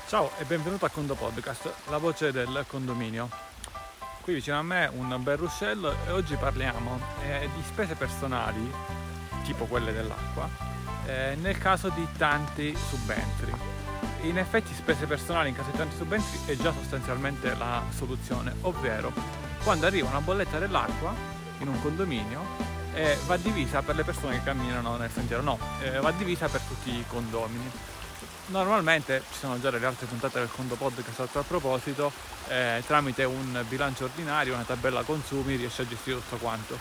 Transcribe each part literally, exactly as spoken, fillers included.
Ciao e benvenuto a Condo Podcast, la voce del condominio. Qui vicino a me un bel ruscello e oggi parliamo eh, di spese personali, tipo quelle dell'acqua, eh, nel caso di tanti subentri. In effetti spese personali in caso di tanti subentri è già sostanzialmente la soluzione, ovvero quando arriva una bolletta dell'acqua in un condominio eh, va divisa per le persone che camminano nel sentiero, no, eh, va divisa per tutti i condomini. Normalmente ci sono già delle altre puntate del Condo Podcast a tal proposito, eh, tramite un bilancio ordinario, una tabella consumi, riesce a gestire tutto quanto.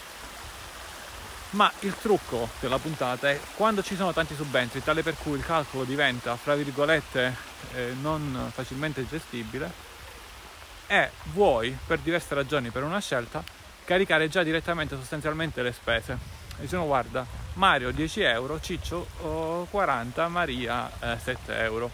Ma il trucco della puntata è quando ci sono tanti subentri, tale per cui il calcolo diventa, fra virgolette, eh, non facilmente gestibile, e vuoi, per diverse ragioni, per una scelta, caricare già direttamente sostanzialmente le spese. Dicono guarda, Mario dieci euro, Ciccio oh, quaranta, Maria eh, sette euro.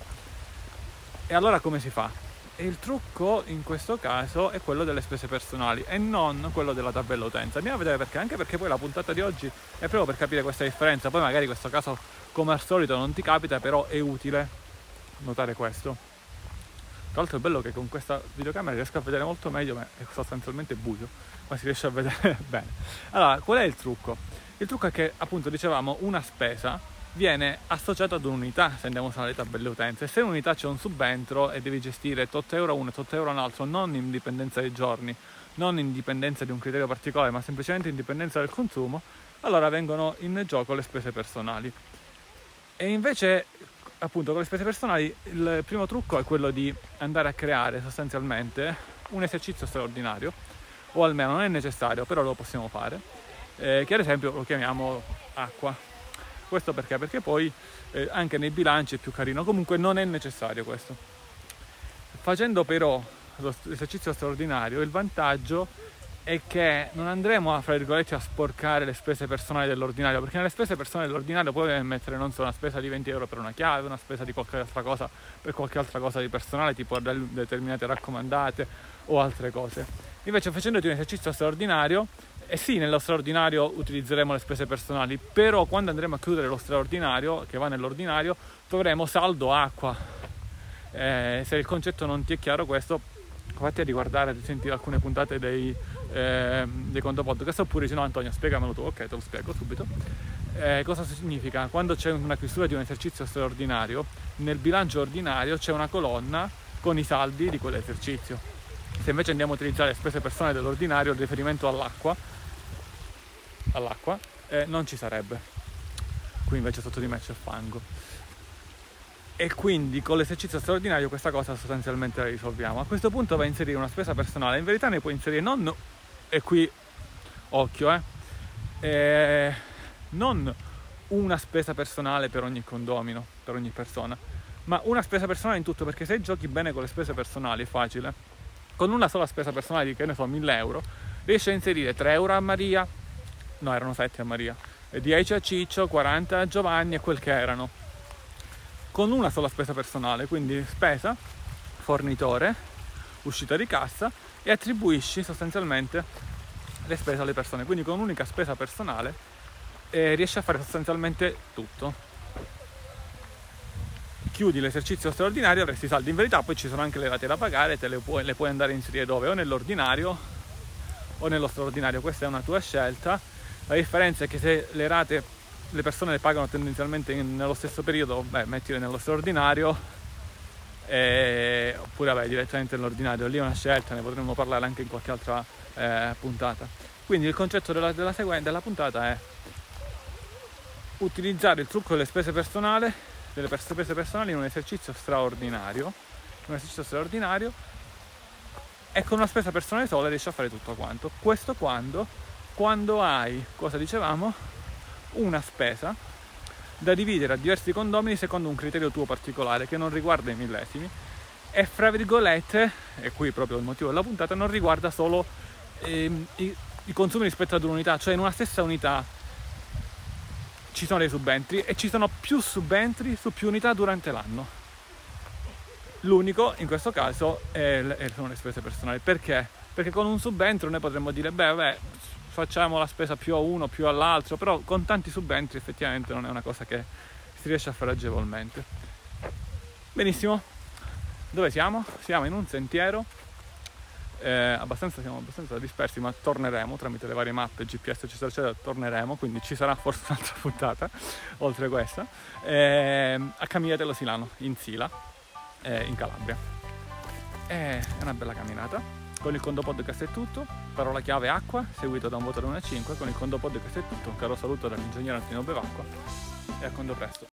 E allora come si fa? E il trucco in questo caso è quello delle spese personali e non quello della tabella utenza. Andiamo a vedere perché, anche perché poi la puntata di oggi è proprio per capire questa differenza. Poi magari questo caso come al solito non ti capita, però è utile notare questo. Tra l'altro è bello che con questa videocamera riesco a vedere molto meglio, ma è sostanzialmente buio, ma si riesce a vedere bene. Allora, qual è il trucco? Il trucco è che, appunto, dicevamo, una spesa viene associata ad un'unità, se andiamo a usare le tabelle utenze. Se in un'unità c'è un subentro e devi gestire tot euro uno e tot euro un altro, non in dipendenza dei giorni, non in dipendenza di un criterio particolare, ma semplicemente in dipendenza del consumo, allora vengono in gioco le spese personali. E invece, appunto, con le spese personali il primo trucco è quello di andare a creare sostanzialmente un esercizio straordinario, o almeno non è necessario, però lo possiamo fare, eh, che ad esempio lo chiamiamo acqua. Questo perché? Perché poi eh, anche nei bilanci è più carino. Comunque non è necessario questo. Facendo però l'esercizio straordinario, il vantaggio è che non andremo a, fra virgolette, a sporcare le spese personali dell'ordinario, perché nelle spese personali dell'ordinario puoi mettere, non so, una spesa di venti euro per una chiave, una spesa di qualche altra cosa per qualche altra cosa di personale, tipo determinate raccomandate o altre cose. Invece facendoti un esercizio straordinario, e sì, nello straordinario utilizzeremo le spese personali, però quando andremo a chiudere lo straordinario, che va nell'ordinario, troveremo saldo acqua. Eh, se il concetto non ti è chiaro questo, fatti a riguardare, di sentire alcune puntate dei, eh, dei Condo Podcast, oppure se no Antonio spiegamelo tu, ok, te lo spiego subito. Eh, cosa significa? Quando c'è una chiusura di un esercizio straordinario, nel bilancio ordinario c'è una colonna con i saldi di quell'esercizio. Se invece andiamo a utilizzare le spese personali dell'ordinario, il riferimento all'acqua, all'acqua eh, non ci sarebbe. Qui invece sotto di me c'è fango. E quindi con l'esercizio straordinario questa cosa sostanzialmente la risolviamo. A questo punto va a inserire una spesa personale. In verità ne puoi inserire non, e qui occhio, eh, eh non una spesa personale per ogni condomino, per ogni persona, ma una spesa personale in tutto, perché se giochi bene con le spese personali è facile. Con una sola spesa personale di, che ne so, mille euro, riesci a inserire tre euro a Maria, no, erano sette a Maria, dieci a Ciccio, quaranta a Giovanni e quel che erano. Con una sola spesa personale, quindi spesa, fornitore, uscita di cassa, e attribuisci sostanzialmente le spese alle persone. Quindi con un'unica spesa personale eh, riesci a fare sostanzialmente tutto. Chiudi l'esercizio straordinario, avresti saldi. In verità poi ci sono anche le rate da pagare, te le puoi, le puoi andare a inserire dove? O nell'ordinario o nello straordinario, questa è una tua scelta. La differenza è che se le rate le persone le pagano tendenzialmente in, nello stesso periodo, beh, mettile nello straordinario, eh, oppure vabbè, direttamente nell'ordinario. Lì è una scelta, ne potremmo parlare anche in qualche altra eh, puntata. Quindi il concetto della, della seguente della puntata è utilizzare il trucco delle spese personali delle spese personali in un esercizio straordinario un esercizio straordinario e con una spesa personale sola riesci a fare tutto quanto. Questo quando quando hai, cosa dicevamo, una spesa da dividere a diversi condomini secondo un criterio tuo particolare che non riguarda i millesimi e, fra virgolette, e qui proprio il motivo della puntata, non riguarda solo ehm, i, i consumi rispetto ad un'unità, cioè in una stessa unità ci sono dei subentri e ci sono più subentri su più unità durante l'anno. L'unico in questo caso è, è, sono le spese personali. Perché? Perché con un subentro noi potremmo dire beh vabbè, facciamo la spesa più a uno più all'altro, però con tanti subentri effettivamente non è una cosa che si riesce a fare agevolmente. Benissimo, Dove siamo? Siamo in un sentiero, eh, abbastanza, siamo abbastanza dispersi, ma torneremo tramite le varie mappe, G P S eccetera eccetera, torneremo, quindi ci sarà forse un'altra puntata oltre questa, eh, a Camigliatello Silano, in Sila, eh, in Calabria. È una bella camminata. Con il Condo Podcast è tutto, parola chiave acqua, seguito da un voto da uno a cinque. Con il Condo Podcast è tutto, un caro saluto dall'ingegnere Antonio Bevacqua e a Condo presto.